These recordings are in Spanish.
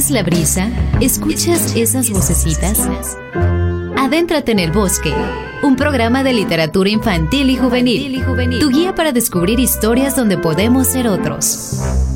¿Sientes la brisa? ¿Escuchas esas vocecitas? Adéntrate en el bosque, un programa de literatura infantil y juvenil, tu guía para descubrir historias donde podemos ser otros.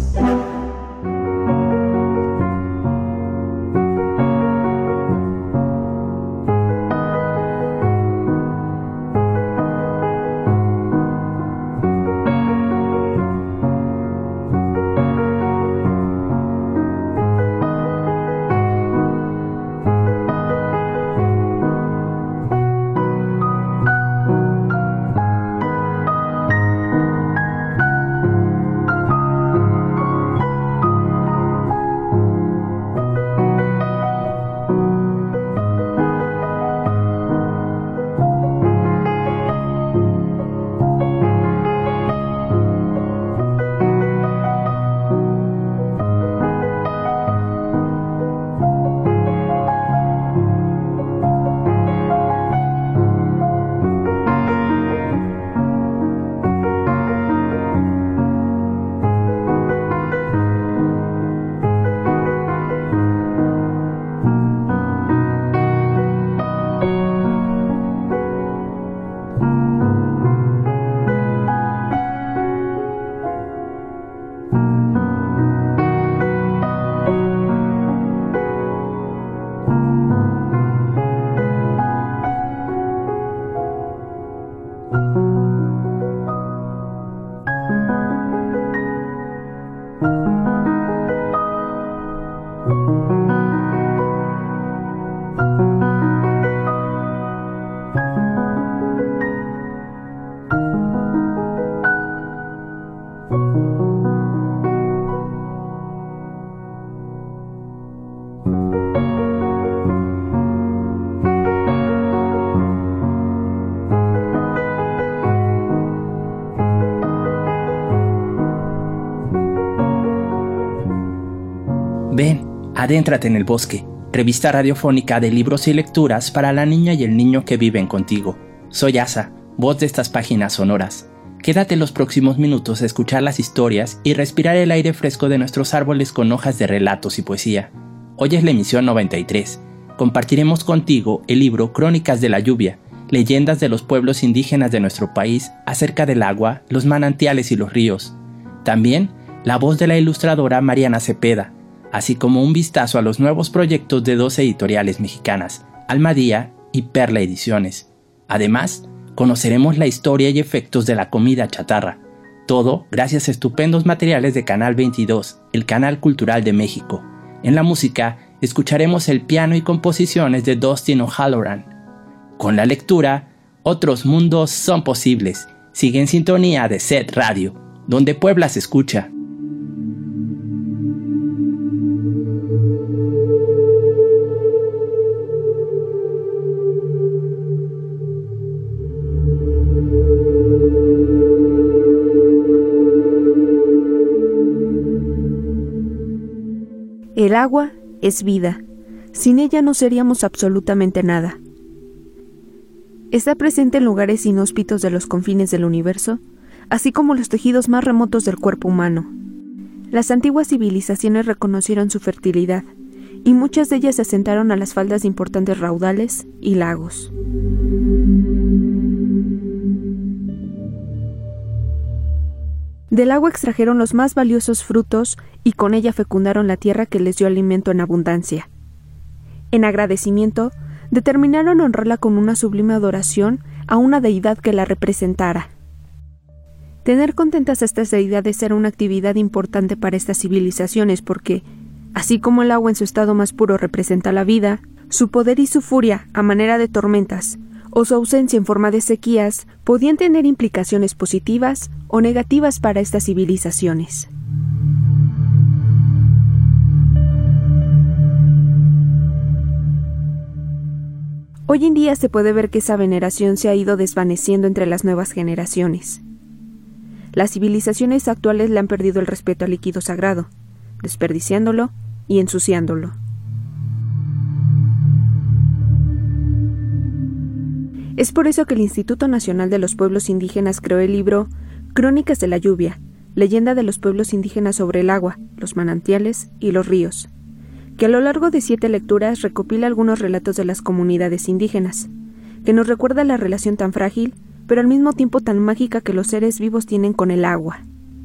Ven, adéntrate en el bosque, revista radiofónica de libros y lecturas para la niña y el niño que viven contigo. Soy Asa, voz de estas páginas sonoras. Quédate los próximos minutos a escuchar las historias y respirar el aire fresco de nuestros árboles con hojas de relatos y poesía. Hoy es la emisión 93. Compartiremos contigo el libro Crónicas de la Lluvia, leyendas de los pueblos indígenas de nuestro país acerca del agua, los manantiales y los ríos. También la voz de la ilustradora Mariana Cepeda, así como un vistazo a los nuevos proyectos de 2 editoriales mexicanas, Almadía y Perla Ediciones. Además, conoceremos la historia y efectos de la comida chatarra. Todo gracias a estupendos materiales de Canal 22, el canal cultural de México. En la música, escucharemos el piano y composiciones de Dustin O'Halloran. Con la lectura, otros mundos son posibles. Sigue en sintonía de Set Radio, donde Puebla se escucha. El agua es vida. Sin ella no seríamos absolutamente nada. Está presente en lugares inhóspitos de los confines del universo, así como los tejidos más remotos del cuerpo humano. Las antiguas civilizaciones reconocieron su fertilidad, y muchas de ellas se asentaron a las faldas de importantes raudales y lagos. Del agua extrajeron los más valiosos frutos y con ella fecundaron la tierra que les dio alimento en abundancia. En agradecimiento, determinaron honrarla con una sublime adoración a una deidad que la representara. Tener contentas a estas deidades era una actividad importante para estas civilizaciones porque, así como el agua en su estado más puro representa la vida, su poder y su furia a manera de tormentas, o su ausencia en forma de sequías, podían tener implicaciones positivas o negativas para estas civilizaciones. Hoy en día se puede ver que esa veneración se ha ido desvaneciendo entre las nuevas generaciones. Las civilizaciones actuales le han perdido el respeto al líquido sagrado, desperdiciándolo y ensuciándolo. Es por eso que el Instituto Nacional de los Pueblos Indígenas creó el libro Crónicas de la Lluvia, leyenda de los pueblos indígenas sobre el agua, los manantiales y los ríos, que a lo largo de 7 lecturas recopila algunos relatos de las comunidades indígenas, que nos recuerda la relación tan frágil, pero al mismo tiempo tan mágica que los seres vivos tienen con el agua.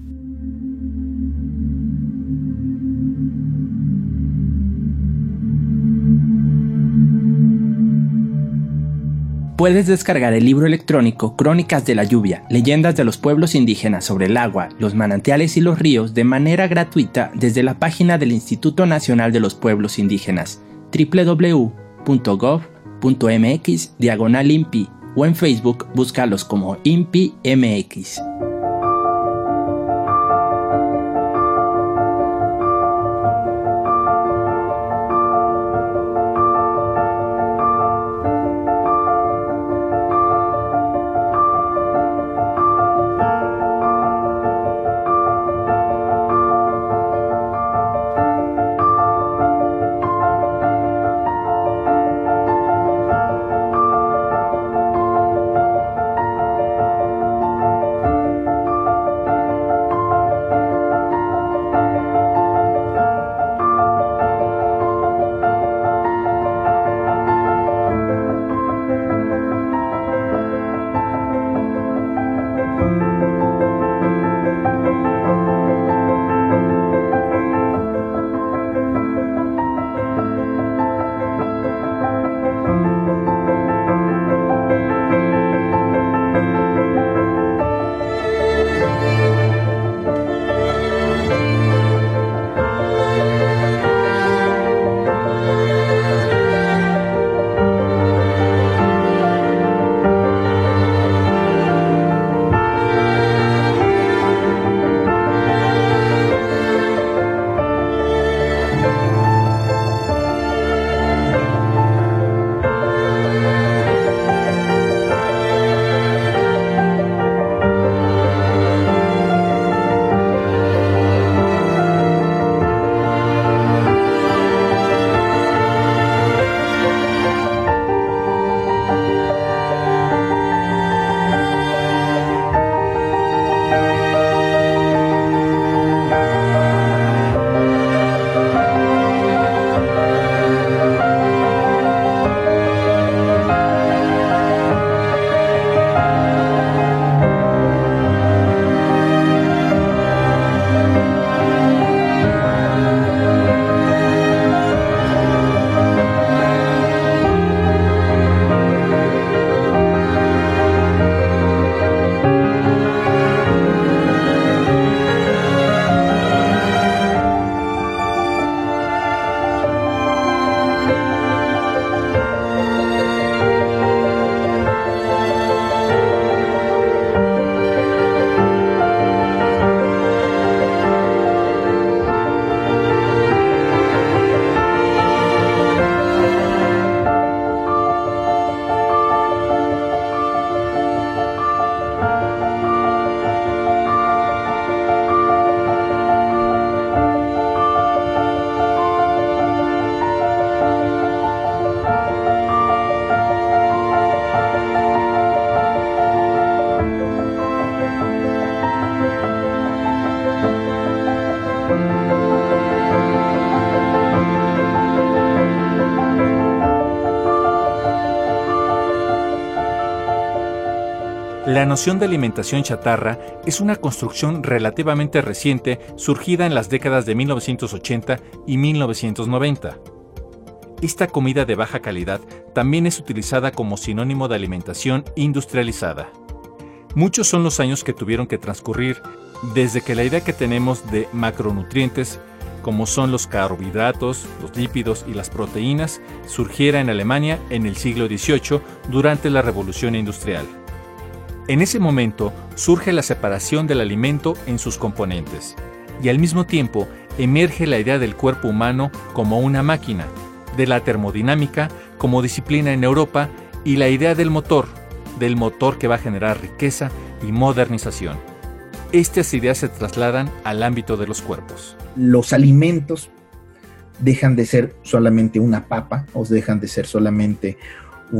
Puedes descargar el libro electrónico Crónicas de la Lluvia, leyendas de los pueblos indígenas sobre el agua, los manantiales y los ríos de manera gratuita desde la página del Instituto Nacional de los Pueblos Indígenas, www.gov.mx/INPI, o en Facebook búscalos como INPI MX. La noción de alimentación chatarra es una construcción relativamente reciente surgida en las décadas de 1980 y 1990. Esta comida de baja calidad también es utilizada como sinónimo de alimentación industrializada. Muchos son los años que tuvieron que transcurrir desde que la idea que tenemos de macronutrientes, como son los carbohidratos, los lípidos y las proteínas, surgiera en Alemania en el siglo XVIII durante la Revolución Industrial. En ese momento surge la separación del alimento en sus componentes, y al mismo tiempo emerge la idea del cuerpo humano como una máquina, de la termodinámica como disciplina en Europa y la idea del motor que va a generar riqueza y modernización. Estas ideas se trasladan al ámbito de los cuerpos. Los alimentos dejan de ser solamente una papa o dejan de ser solamente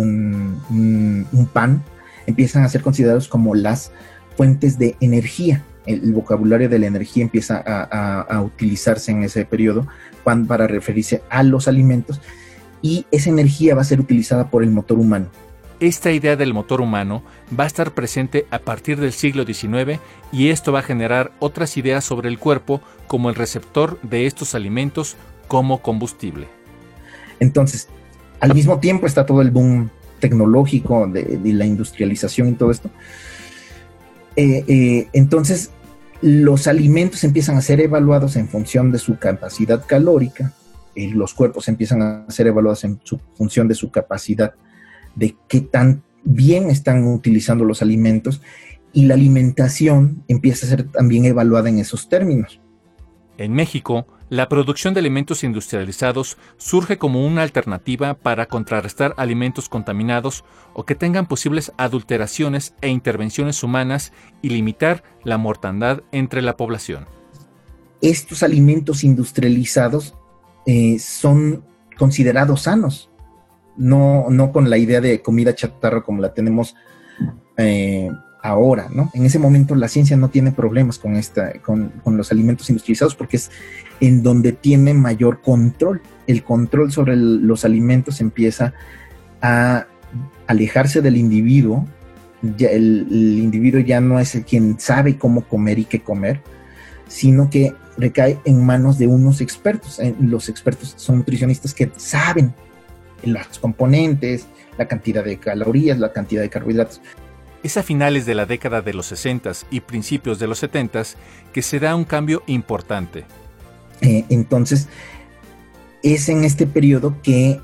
un pan, empiezan a ser considerados como las fuentes de energía el vocabulario de la energía empieza a utilizarse en ese periodo para referirse a los alimentos, y esa energía va a ser utilizada por el motor humano. Esta idea del motor humano va a estar presente a partir del siglo XIX, y esto va a generar otras ideas sobre el cuerpo como el receptor de estos alimentos como combustible. Entonces, al mismo tiempo está todo el boom tecnológico de la industrialización y todo esto. Entonces, los alimentos empiezan a ser evaluados en función de su capacidad calórica, los cuerpos empiezan a ser evaluados en función de su capacidad de qué tan bien están utilizando los alimentos, y la alimentación empieza a ser también evaluada en esos términos. En México, la producción de alimentos industrializados surge como una alternativa para contrarrestar alimentos contaminados o que tengan posibles adulteraciones e intervenciones humanas y limitar la mortandad entre la población. Estos alimentos industrializados son considerados sanos, no con la idea de comida chatarra como la tenemos ahora, ¿no? En ese momento la ciencia no tiene problemas con los alimentos industrializados, porque es en donde tiene mayor control. El control sobre los alimentos empieza a alejarse del individuo. El individuo ya no es el quien sabe cómo comer y qué comer, sino que recae en manos de unos expertos. Los expertos son nutricionistas que saben los componentes, la cantidad de calorías, la cantidad de carbohidratos. Es a finales de la década de los 60s y principios de los 70s que se da un cambio importante. Entonces, es en este periodo que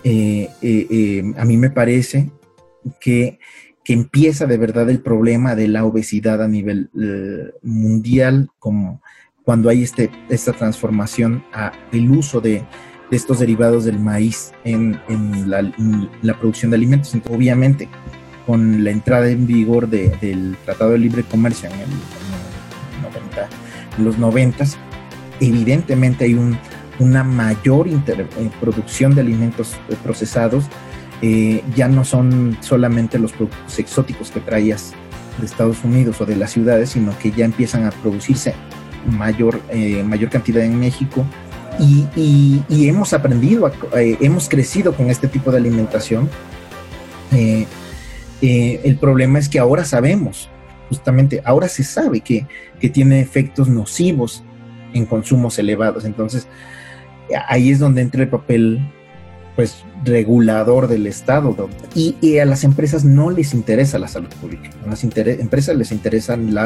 a mí me parece que empieza de verdad el problema de la obesidad a nivel mundial, como cuando hay esta transformación del uso de estos derivados del maíz en la producción de alimentos. Entonces, obviamente, con la entrada en vigor del Tratado de Libre Comercio en los 90s, evidentemente hay una mayor producción de alimentos procesados. Ya no son solamente los productos exóticos que traías de Estados Unidos o de las ciudades, sino que ya empiezan a producirse mayor cantidad en México, y hemos aprendido, hemos crecido con este tipo de alimentación. El problema es que ahora sabemos, justamente ahora se sabe que tiene efectos nocivos en consumos elevados. Entonces ahí es donde entra el papel, pues, regulador del Estado, y a las empresas no les interesa la salud pública. A las empresas les interesan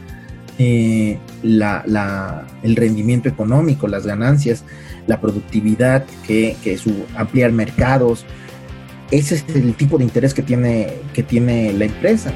el rendimiento económico, las ganancias, la productividad, que ampliar mercados. Ese es el tipo de interés que tiene la empresa.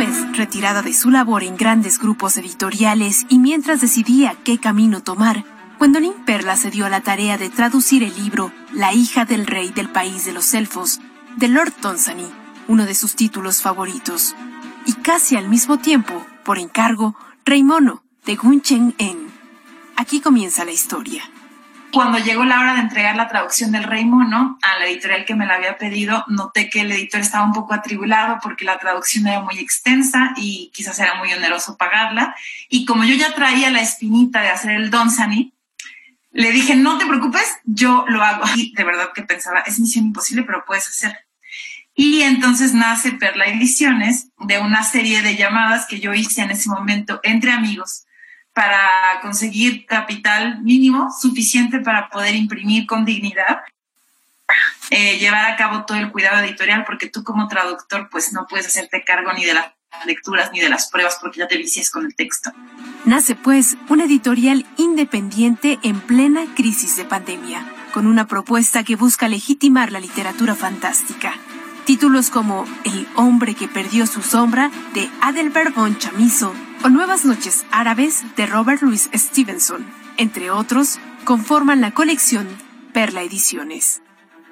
vez retirada de su labor en grandes grupos editoriales y mientras decidía qué camino tomar, Gwendolyn Perla se dio a la tarea de traducir el libro La hija del rey del país de los elfos, de Lord Dunsany, uno de sus títulos favoritos. Y casi al mismo tiempo, por encargo, Rey Mono, de Gun Cheng-en. Aquí comienza la historia. Cuando llegó la hora de entregar la traducción del Rey Mono a la editorial que me la había pedido, noté que el editor estaba un poco atribulado porque la traducción era muy extensa y quizás era muy oneroso pagarla. Y como yo ya traía la espinita de hacer el Dunsany, le dije, no te preocupes, yo lo hago. Y de verdad que pensaba, es misión imposible, pero puedes hacerlo. Y entonces nace Perla Ediciones, de una serie de llamadas que yo hice en ese momento entre amigos para conseguir capital mínimo suficiente para poder imprimir con dignidad, llevar a cabo todo el cuidado editorial, porque tú como traductor pues no puedes hacerte cargo ni de las lecturas ni de las pruebas porque ya te vicias con el texto. Nace pues una editorial independiente en plena crisis de pandemia, con una propuesta que busca legitimar la literatura fantástica. Títulos como El hombre que perdió su sombra, de Adelbert von Chamisso, o Nuevas noches árabes, de Robert Louis Stevenson, entre otros, conforman la colección Perla Ediciones.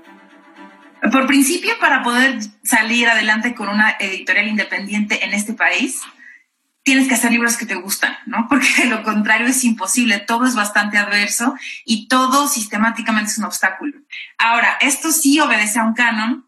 Por principio, para poder salir adelante con una editorial independiente en este país, tienes que hacer libros que te gustan, ¿no? Porque de lo contrario es imposible, todo es bastante adverso y todo sistemáticamente es un obstáculo. Ahora, esto sí obedece a un canon.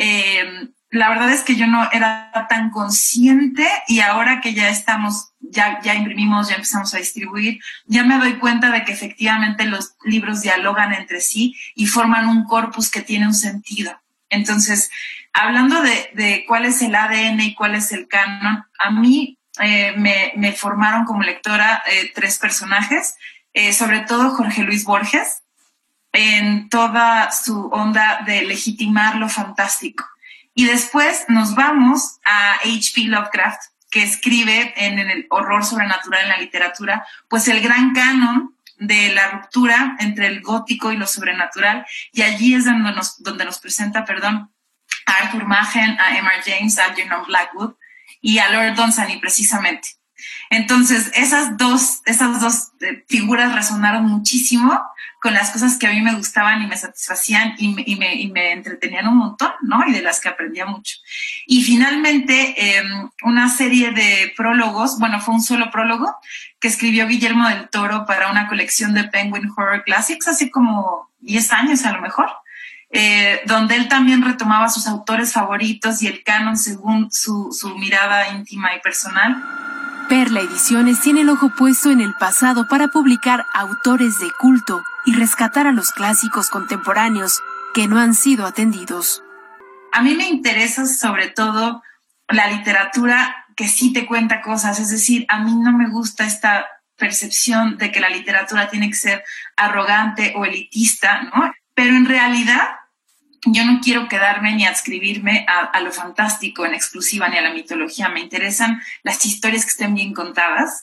La verdad es que yo no era tan consciente y ahora que ya estamos, ya imprimimos, ya empezamos a distribuir, ya me doy cuenta de que efectivamente los libros dialogan entre sí y forman un corpus que tiene un sentido. Entonces, hablando de cuál es el ADN y cuál es el canon, a mí me formaron como lectora 3 personajes, sobre todo Jorge Luis Borges, en toda su onda de legitimar lo fantástico. Y después nos vamos a H.P. Lovecraft, que escribe en el horror sobrenatural en la literatura, pues el gran canon de la ruptura entre el gótico y lo sobrenatural, y allí es donde nos presenta, a Arthur Machen, a M.R. James, a John Blackwood y a Lord Dunsany precisamente. Entonces, esas dos figuras resonaron muchísimo con las cosas que a mí me gustaban y me satisfacían y me entretenían un montón, ¿no? Y de las que aprendía mucho. Y finalmente, una serie de prólogos, fue un solo prólogo que escribió Guillermo del Toro para una colección de Penguin Horror Classics hace como 10 años a lo mejor, donde él también retomaba sus autores favoritos y el canon según su mirada íntima y personal. Perla Ediciones tiene el ojo puesto en el pasado para publicar autores de culto y rescatar a los clásicos contemporáneos que no han sido atendidos. A mí me interesa sobre todo la literatura que sí te cuenta cosas, es decir, a mí no me gusta esta percepción de que la literatura tiene que ser arrogante o elitista, ¿no? Pero en realidad yo no quiero quedarme ni adscribirme a lo fantástico en exclusiva ni a la mitología. Me interesan las historias que estén bien contadas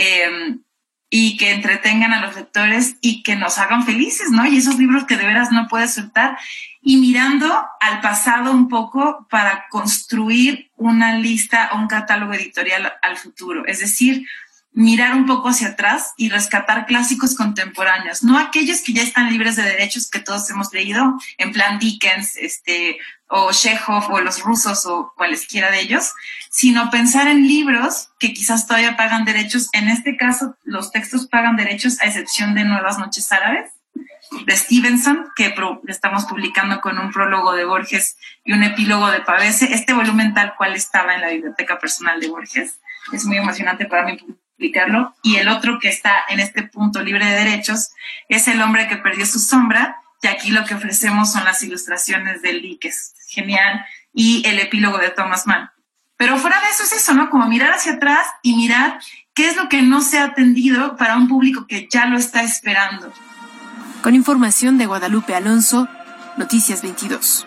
y que entretengan a los lectores y que nos hagan felices, ¿no? Y esos libros que de veras no puedes soltar. Y mirando al pasado un poco para construir una lista o un catálogo editorial al futuro. Es decir, mirar un poco hacia atrás y rescatar clásicos contemporáneos, no aquellos que ya están libres de derechos que todos hemos leído, en plan Dickens, o Chekhov, o los rusos, o cualesquiera de ellos, sino pensar en libros que quizás todavía pagan derechos. En este caso, los textos pagan derechos a excepción de Nuevas noches árabes, de Stevenson, que estamos publicando con un prólogo de Borges y un epílogo de Pavese. Este volumen tal cual estaba en la biblioteca personal de Borges. Es muy emocionante para mí publicarlo. Y el otro que está en este punto libre de derechos es El hombre que perdió su sombra, y aquí lo que ofrecemos son las ilustraciones de Lee, que es genial, y el epílogo de Thomas Mann. Pero fuera de eso es eso, ¿no? Como mirar hacia atrás y mirar qué es lo que no se ha atendido para un público que ya lo está esperando. Con información de Guadalupe Alonso, Noticias 22.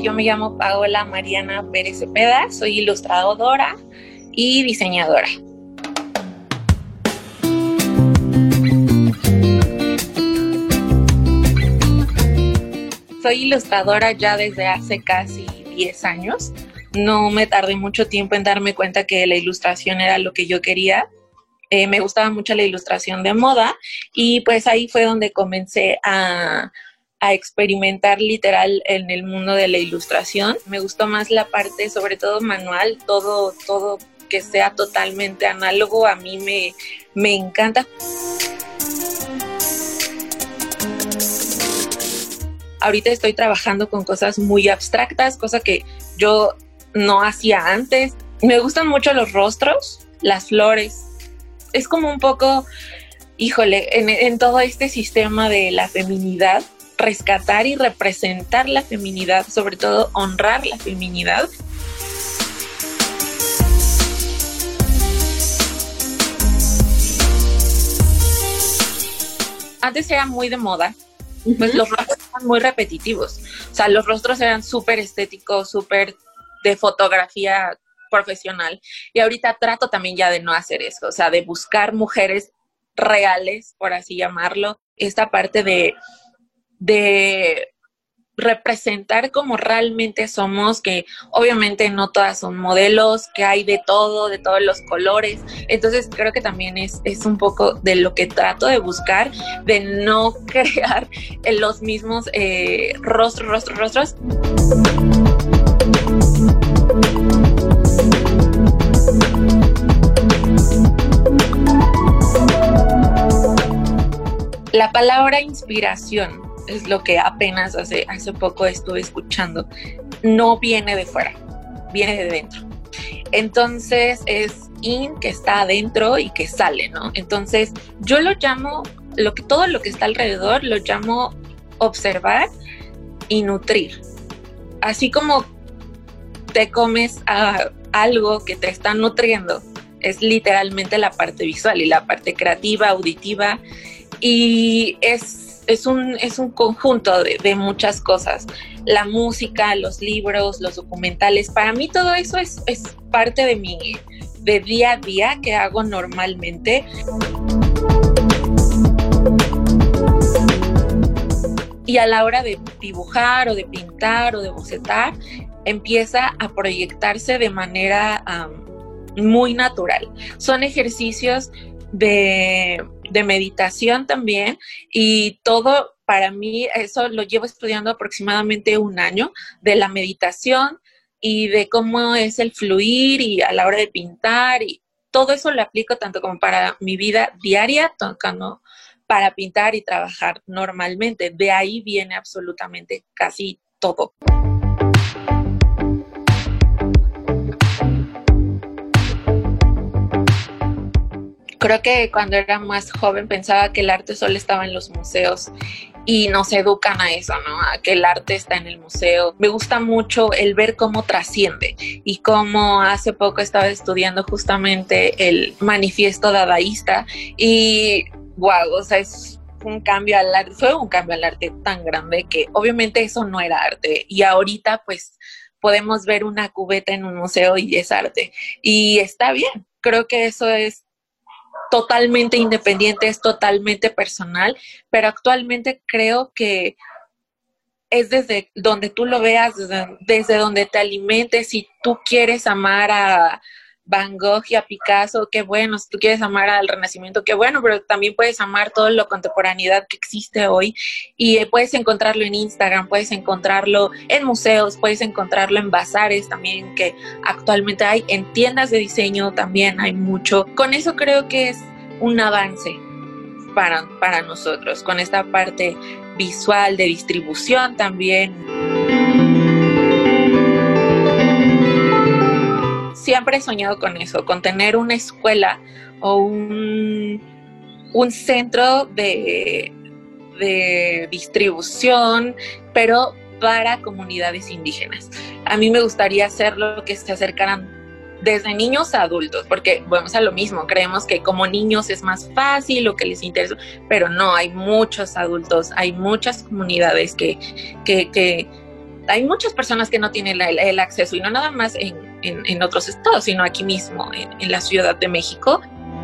yo me llamo Paola Mariana Pérez Cepeda, soy ilustradora y diseñadora. Soy ilustradora ya desde hace casi 10 años. No me tardé mucho tiempo en darme cuenta que la ilustración era lo que yo quería. Me gustaba mucho la ilustración de moda y pues ahí fue donde comencé a experimentar literal en el mundo de la ilustración. Me gustó más la parte, sobre todo manual, todo que sea totalmente análogo, a mí me encanta. Ahorita estoy trabajando con cosas muy abstractas, cosa que yo no hacía antes. Me gustan mucho los rostros, las flores. Es como un poco, híjole, en todo este sistema de la feminidad, rescatar y representar la feminidad, sobre todo honrar la feminidad. Antes era muy de moda, pues los rostros eran muy repetitivos. O sea, los rostros eran súper estéticos, súper de fotografía profesional. Y ahorita trato también ya de no hacer eso, o sea, de buscar mujeres reales, por así llamarlo. Esta parte de representar como realmente somos, que obviamente no todas son modelos, que hay de todo, de todos los colores. Entonces creo que también es un poco de lo que trato de buscar, de no crear los mismos rostros. La palabra inspiración es lo que apenas hace poco estuve escuchando. No viene de fuera, viene de dentro. Entonces es que está adentro y que sale, ¿no? Entonces yo lo llamo, todo lo que está alrededor lo llamo observar y nutrir. Así como te comes algo que te está nutriendo, es literalmente la parte visual y la parte creativa, auditiva, y es un conjunto de muchas cosas. La música, los libros, los documentales, para mí todo eso es parte de día a día que hago normalmente. Y a la hora de dibujar o de pintar o de bocetar, empieza a proyectarse de manera muy natural. Son ejercicios de meditación también, y todo para mí, eso lo llevo estudiando aproximadamente 1 año, de la meditación y de cómo es el fluir y a la hora de pintar, y todo eso lo aplico tanto como para mi vida diaria, como para pintar y trabajar normalmente. De ahí viene absolutamente casi todo. Creo que cuando era más joven pensaba que el arte solo estaba en los museos y nos educan a eso, ¿no? A que el arte está en el museo. Me gusta mucho el ver cómo trasciende y cómo hace poco estaba estudiando justamente el manifiesto dadaísta y wow, o sea, es un cambio al arte, fue un cambio al arte tan grande que obviamente eso no era arte, y ahorita pues podemos ver una cubeta en un museo y es arte y está bien. Creo que eso es totalmente independiente, es totalmente personal, pero actualmente creo que es desde donde tú lo veas, desde donde te alimentes. Si tú quieres amar a Van Gogh y a Picasso, qué bueno. Si tú quieres amar al Renacimiento, qué bueno, pero también puedes amar toda la contemporaneidad que existe hoy, y puedes encontrarlo en Instagram, puedes encontrarlo en museos, puedes encontrarlo en bazares también, que actualmente hay, en tiendas de diseño también hay mucho. Con eso creo que es un avance para nosotros, con esta parte visual de distribución también. Siempre he soñado con eso, con tener una escuela o un centro de distribución, pero para comunidades indígenas. A mí me gustaría hacerlo que se acercaran desde niños a adultos, porque vamos a lo mismo, creemos que como niños es más fácil lo que les interesa, pero no, hay muchos adultos, hay muchas comunidades que Hay muchas personas que no tienen el acceso, y no nada más en otros estados, sino aquí mismo, en la Ciudad de México.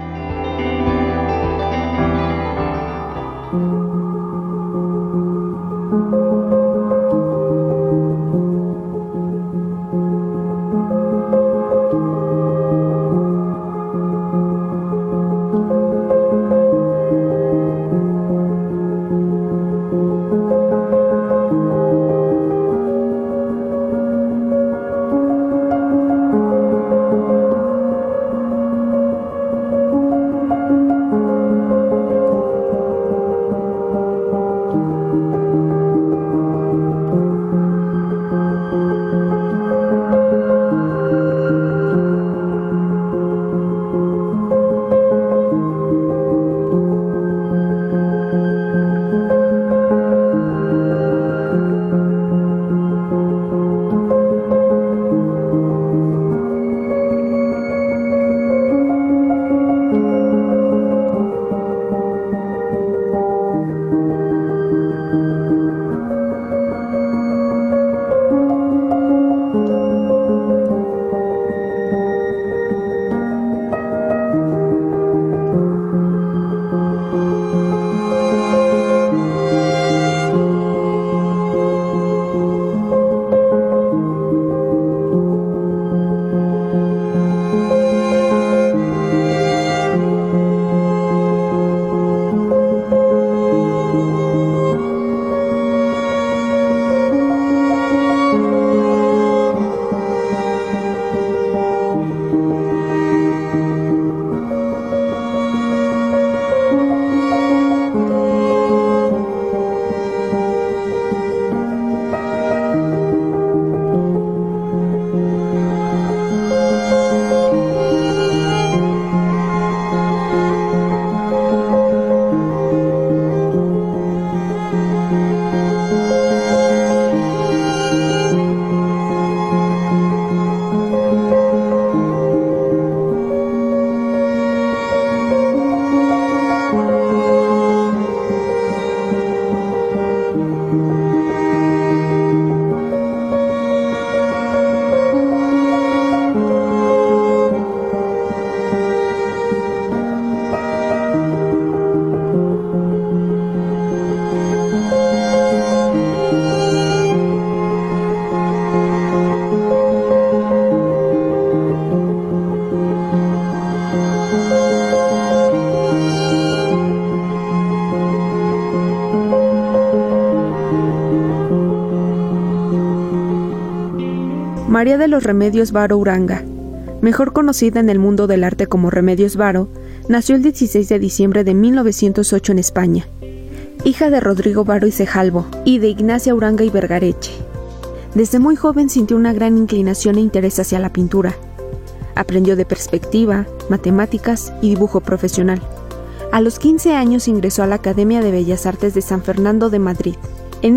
María de los Remedios Varo Uranga, mejor conocida en el mundo del arte como Remedios Varo, nació el 16 de diciembre de 1908 en España, hija de Rodrigo Varo y Cejalvo y de Ignacia Uranga y Vergareche. Desde muy joven sintió una gran inclinación e interés hacia la pintura. Aprendió de perspectiva, matemáticas y dibujo profesional. A los 15 años ingresó a la Academia de Bellas Artes de San Fernando de Madrid. En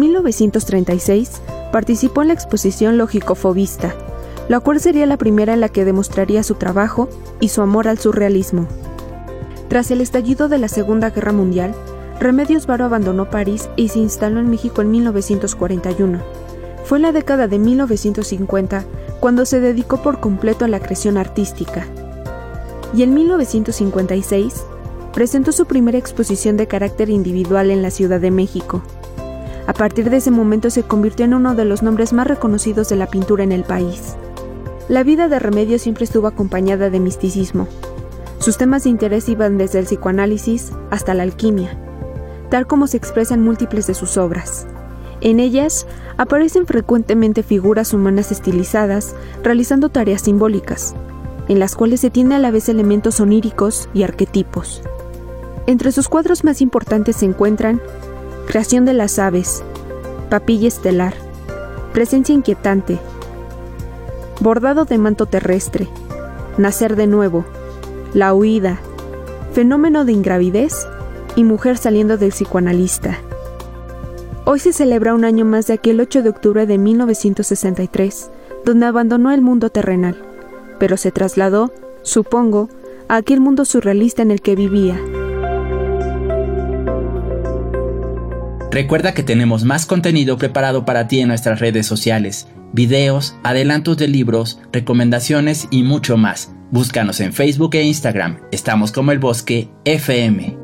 1936 participó en la exposición Lógico-Fovista, la cual sería la primera en la que demostraría su trabajo y su amor al surrealismo. Tras el estallido de la Segunda Guerra Mundial, Remedios Varo abandonó París y se instaló en México en 1941. Fue en la década de 1950 cuando se dedicó por completo a la creación artística. Y en 1956 presentó su primera exposición de carácter individual en la Ciudad de México. A partir de ese momento se convirtió en uno de los nombres más reconocidos de la pintura en el país. La vida de Remedios siempre estuvo acompañada de misticismo. Sus temas de interés iban desde el psicoanálisis hasta la alquimia, tal como se expresa en múltiples de sus obras. En ellas aparecen frecuentemente figuras humanas estilizadas, realizando tareas simbólicas, en las cuales se tiene a la vez elementos oníricos y arquetipos. Entre sus cuadros más importantes se encuentran Creación de las aves, Papilla estelar, Presencia inquietante, Bordado de manto terrestre, Nacer de nuevo, La huida, Fenómeno de ingravidez y Mujer saliendo del psicoanalista. Hoy se celebra un año más de aquel 8 de octubre de 1963, donde abandonó el mundo terrenal, pero se trasladó, supongo, a aquel mundo surrealista en el que vivía. Recuerda que tenemos más contenido preparado para ti en nuestras redes sociales, videos, adelantos de libros, recomendaciones y mucho más. Búscanos en Facebook e Instagram. Estamos como El Bosque FM.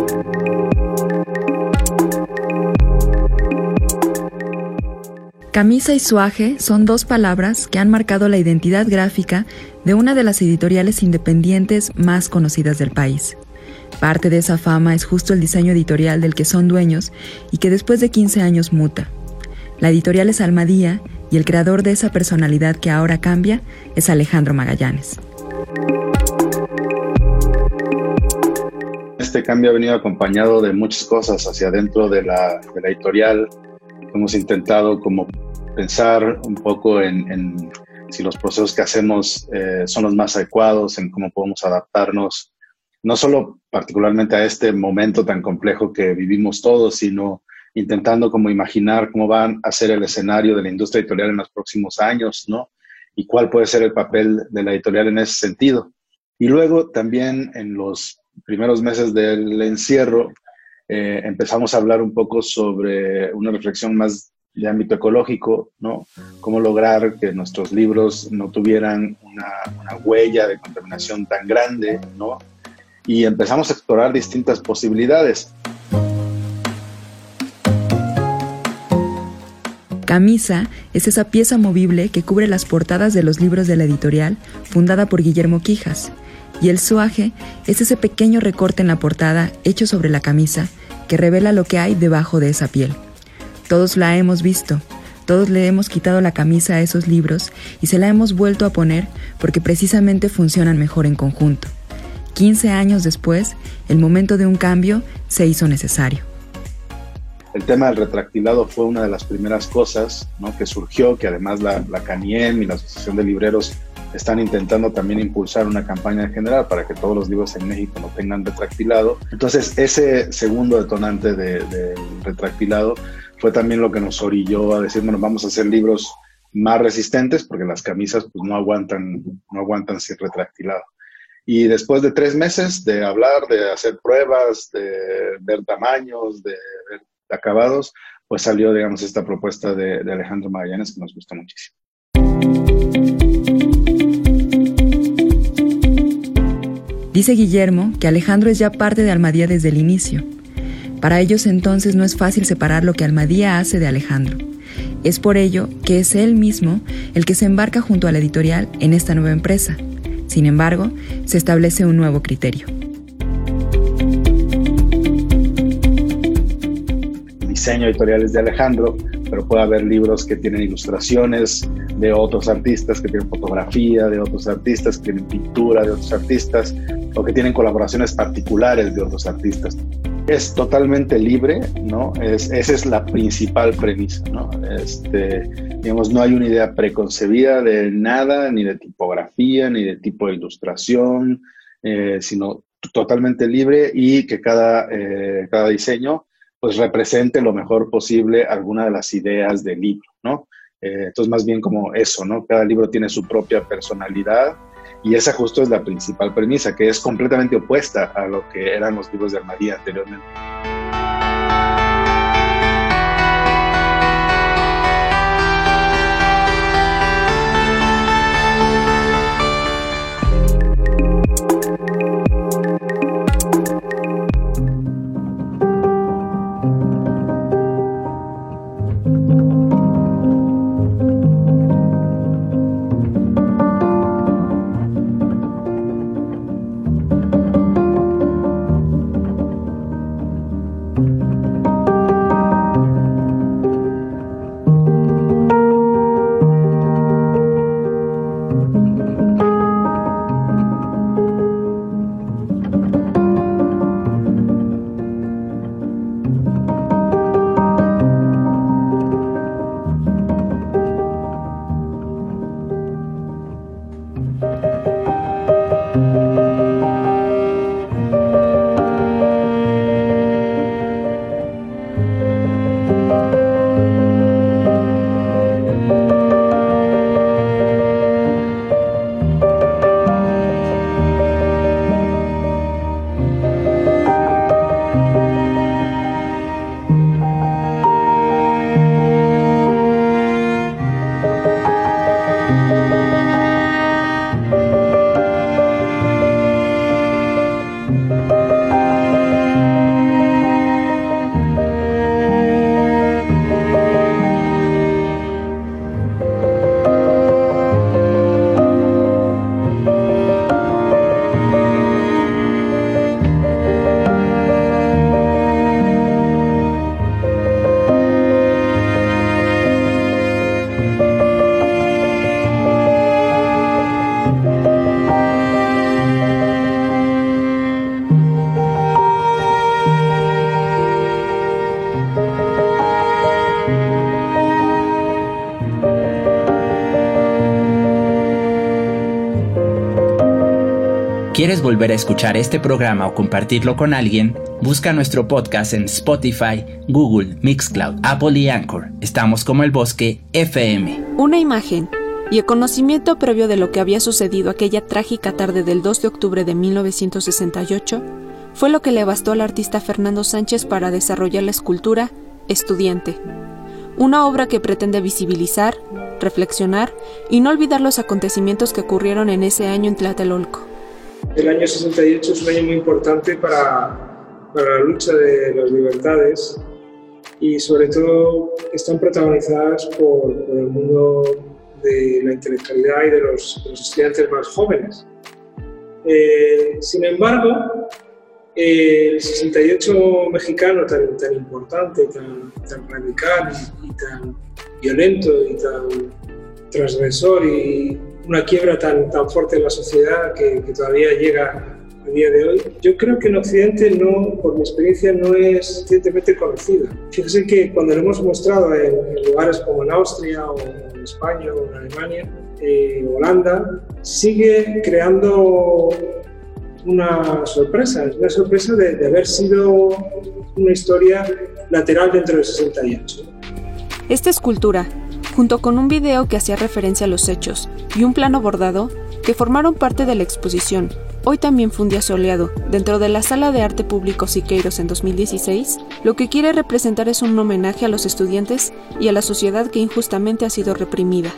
Camisa y suaje son dos palabras que han marcado la identidad gráfica de una de las editoriales independientes más conocidas del país. Parte de esa fama es justo el diseño editorial del que son dueños y que después de 15 años muta. La editorial es Almadía y el creador de esa personalidad que ahora cambia es Alejandro Magallanes. Este cambio ha venido acompañado de muchas cosas hacia adentro de la editorial. Hemos intentado como pensar un poco en si los procesos que hacemos son los más adecuados, en cómo podemos adaptarnos, no solo particularmente a este momento tan complejo que vivimos todos, sino intentando como imaginar cómo va a ser el escenario de la industria editorial en los próximos años, ¿no? Y cuál puede ser el papel de la editorial en ese sentido. Y luego también en los primeros meses del encierro, empezamos a hablar un poco sobre una reflexión más de ámbito ecológico, ¿no? Cómo lograr que nuestros libros no tuvieran una huella de contaminación tan grande, ¿no? Y empezamos a explorar distintas posibilidades. Camisa es esa pieza movible que cubre las portadas de los libros de la editorial, fundada por Guillermo Quijas. Y el suaje es ese pequeño recorte en la portada hecho sobre la camisa que revela lo que hay debajo de esa piel. Todos la hemos visto, todos le hemos quitado la camisa a esos libros y se la hemos vuelto a poner porque precisamente funcionan mejor en conjunto. 15 años después, el momento de un cambio se hizo necesario. El tema del retractilado fue una de las primeras cosas, ¿no?, que surgió, que además la CANIEM y la Asociación de Libreros están intentando también impulsar una campaña en general para que todos los libros en México no tengan retractilado. Entonces, ese segundo detonante del retractilado fue también lo que nos orilló a decir, bueno, vamos a hacer libros más resistentes porque las camisas pues, no aguantan sin retractilado. Y después de 3 meses de hablar, de hacer pruebas, de ver tamaños, de ver acabados, pues salió, digamos, esta propuesta de Alejandro Magallanes que nos gustó muchísimo. Dice Guillermo que Alejandro es ya parte de Almadía desde el inicio. Para ellos entonces no es fácil separar lo que Almadía hace de Alejandro. Es por ello que es él mismo el que se embarca junto a la editorial en esta nueva empresa. Sin embargo, se establece un nuevo criterio. El diseño editorial es de Alejandro, pero puede haber libros que tienen ilustraciones de otros artistas, que tienen fotografía de otros artistas, que tienen pintura de otros artistas, o que tienen colaboraciones particulares de otros artistas. Es totalmente libre, ¿no? Esa es la principal premisa, ¿no? Digamos, no hay una idea preconcebida de nada, ni de tipografía, ni de tipo de ilustración, sino totalmente libre y que cada diseño pues represente lo mejor posible alguna de las ideas del libro, ¿no? Entonces, más bien como eso, ¿no? Cada libro tiene su propia personalidad y esa justo es la principal premisa, que es completamente opuesta a lo que eran los libros de Almadía anteriormente. ¿Quieres volver a escuchar este programa o compartirlo con alguien? Busca nuestro podcast en Spotify, Google, Mixcloud, Apple y Anchor. Estamos como El Bosque FM. Una imagen y el conocimiento previo de lo que había sucedido aquella trágica tarde del 2 de octubre de 1968 fue lo que le bastó al artista Fernando Sánchez para desarrollar la escultura Estudiante, una obra que pretende visibilizar, reflexionar y no olvidar los acontecimientos que ocurrieron en ese año en Tlatelolco. El año 68 es un año muy importante para la lucha de las libertades y sobre todo están protagonizadas por el mundo de la intelectualidad y de los estudiantes más jóvenes. Sin embargo, el 68 mexicano tan importante, tan radical y tan violento y tan transgresor y una quiebra tan fuerte en la sociedad que todavía llega a día de hoy, yo creo que en Occidente, por mi experiencia, no es suficientemente conocida. Fíjese que cuando lo hemos mostrado en lugares como en Austria o en España o en Alemania, Holanda, sigue creando una sorpresa de haber sido una historia lateral dentro del 68. Esta escultura, junto con un video que hacía referencia a los hechos y un plano bordado que formaron parte de la exposición, hoy también fue un día soleado, dentro de la Sala de Arte Público Siqueiros en 2016, lo que quiere representar es un homenaje a los estudiantes y a la sociedad que injustamente ha sido reprimida.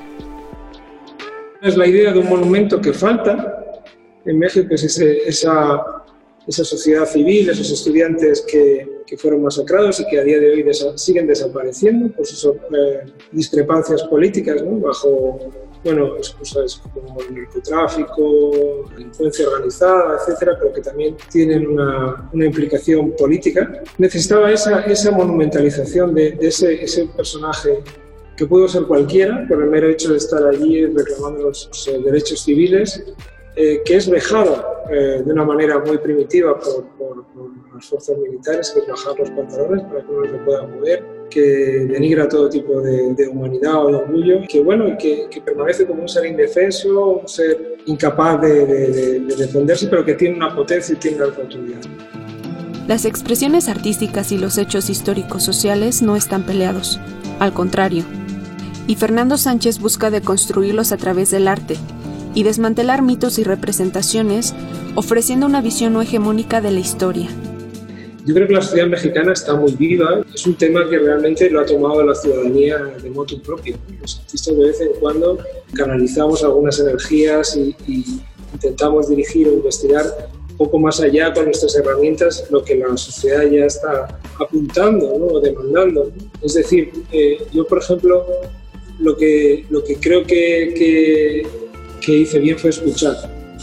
Es la idea de un monumento que falta en México, es esa sociedad civil, esos estudiantes que fueron masacrados y que a día de hoy siguen desapareciendo por sus discrepancias políticas, ¿no? Bajo excusas como el narcotráfico, la delincuencia organizada, etcétera, pero que también tienen una implicación política. Necesitaba esa monumentalización de ese personaje que pudo ser cualquiera por el mero hecho de estar allí reclamando los derechos civiles, que es vejado de una manera muy primitiva por las fuerzas militares, que es bajar los pantalones para que uno se pueda mover, que denigra todo tipo de humanidad o de orgullo, que permanece como un ser indefenso, un ser incapaz de defenderse, pero que tiene una potencia y tiene una oportunidad. Las expresiones artísticas y los hechos históricos sociales no están peleados, al contrario. Y Fernando Sánchez busca deconstruirlos a través del arte y desmantelar mitos y representaciones, ofreciendo una visión no hegemónica de la historia. Yo creo que la sociedad mexicana está muy viva, es un tema que realmente lo ha tomado la ciudadanía de motu propio. Los artistas de vez en cuando canalizamos algunas energías y intentamos dirigir o investigar un poco más allá con nuestras herramientas lo que la sociedad ya está apuntando, ¿no? O demandando. Es decir, yo por ejemplo, lo que creo que hice bien fue escuchar,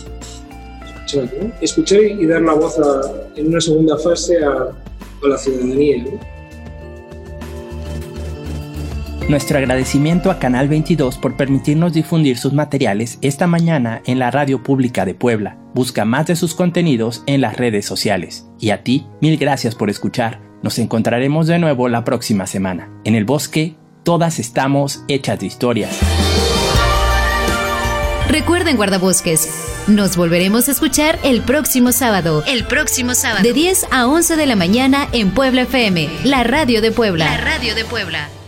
¿no? Escuchar y dar la voz en una segunda fase a la ciudadanía, ¿no? Nuestro agradecimiento a Canal 22 por permitirnos difundir sus materiales esta mañana en la Radio Pública de Puebla. Busca más de sus contenidos en las redes sociales. Y a ti, mil gracias por escuchar. Nos encontraremos de nuevo la próxima semana. En El Bosque, todas estamos hechas de historias. Recuerden, guardabosques, nos volveremos a escuchar el próximo sábado. De 10 a 11 de la mañana en Puebla FM, la radio de Puebla.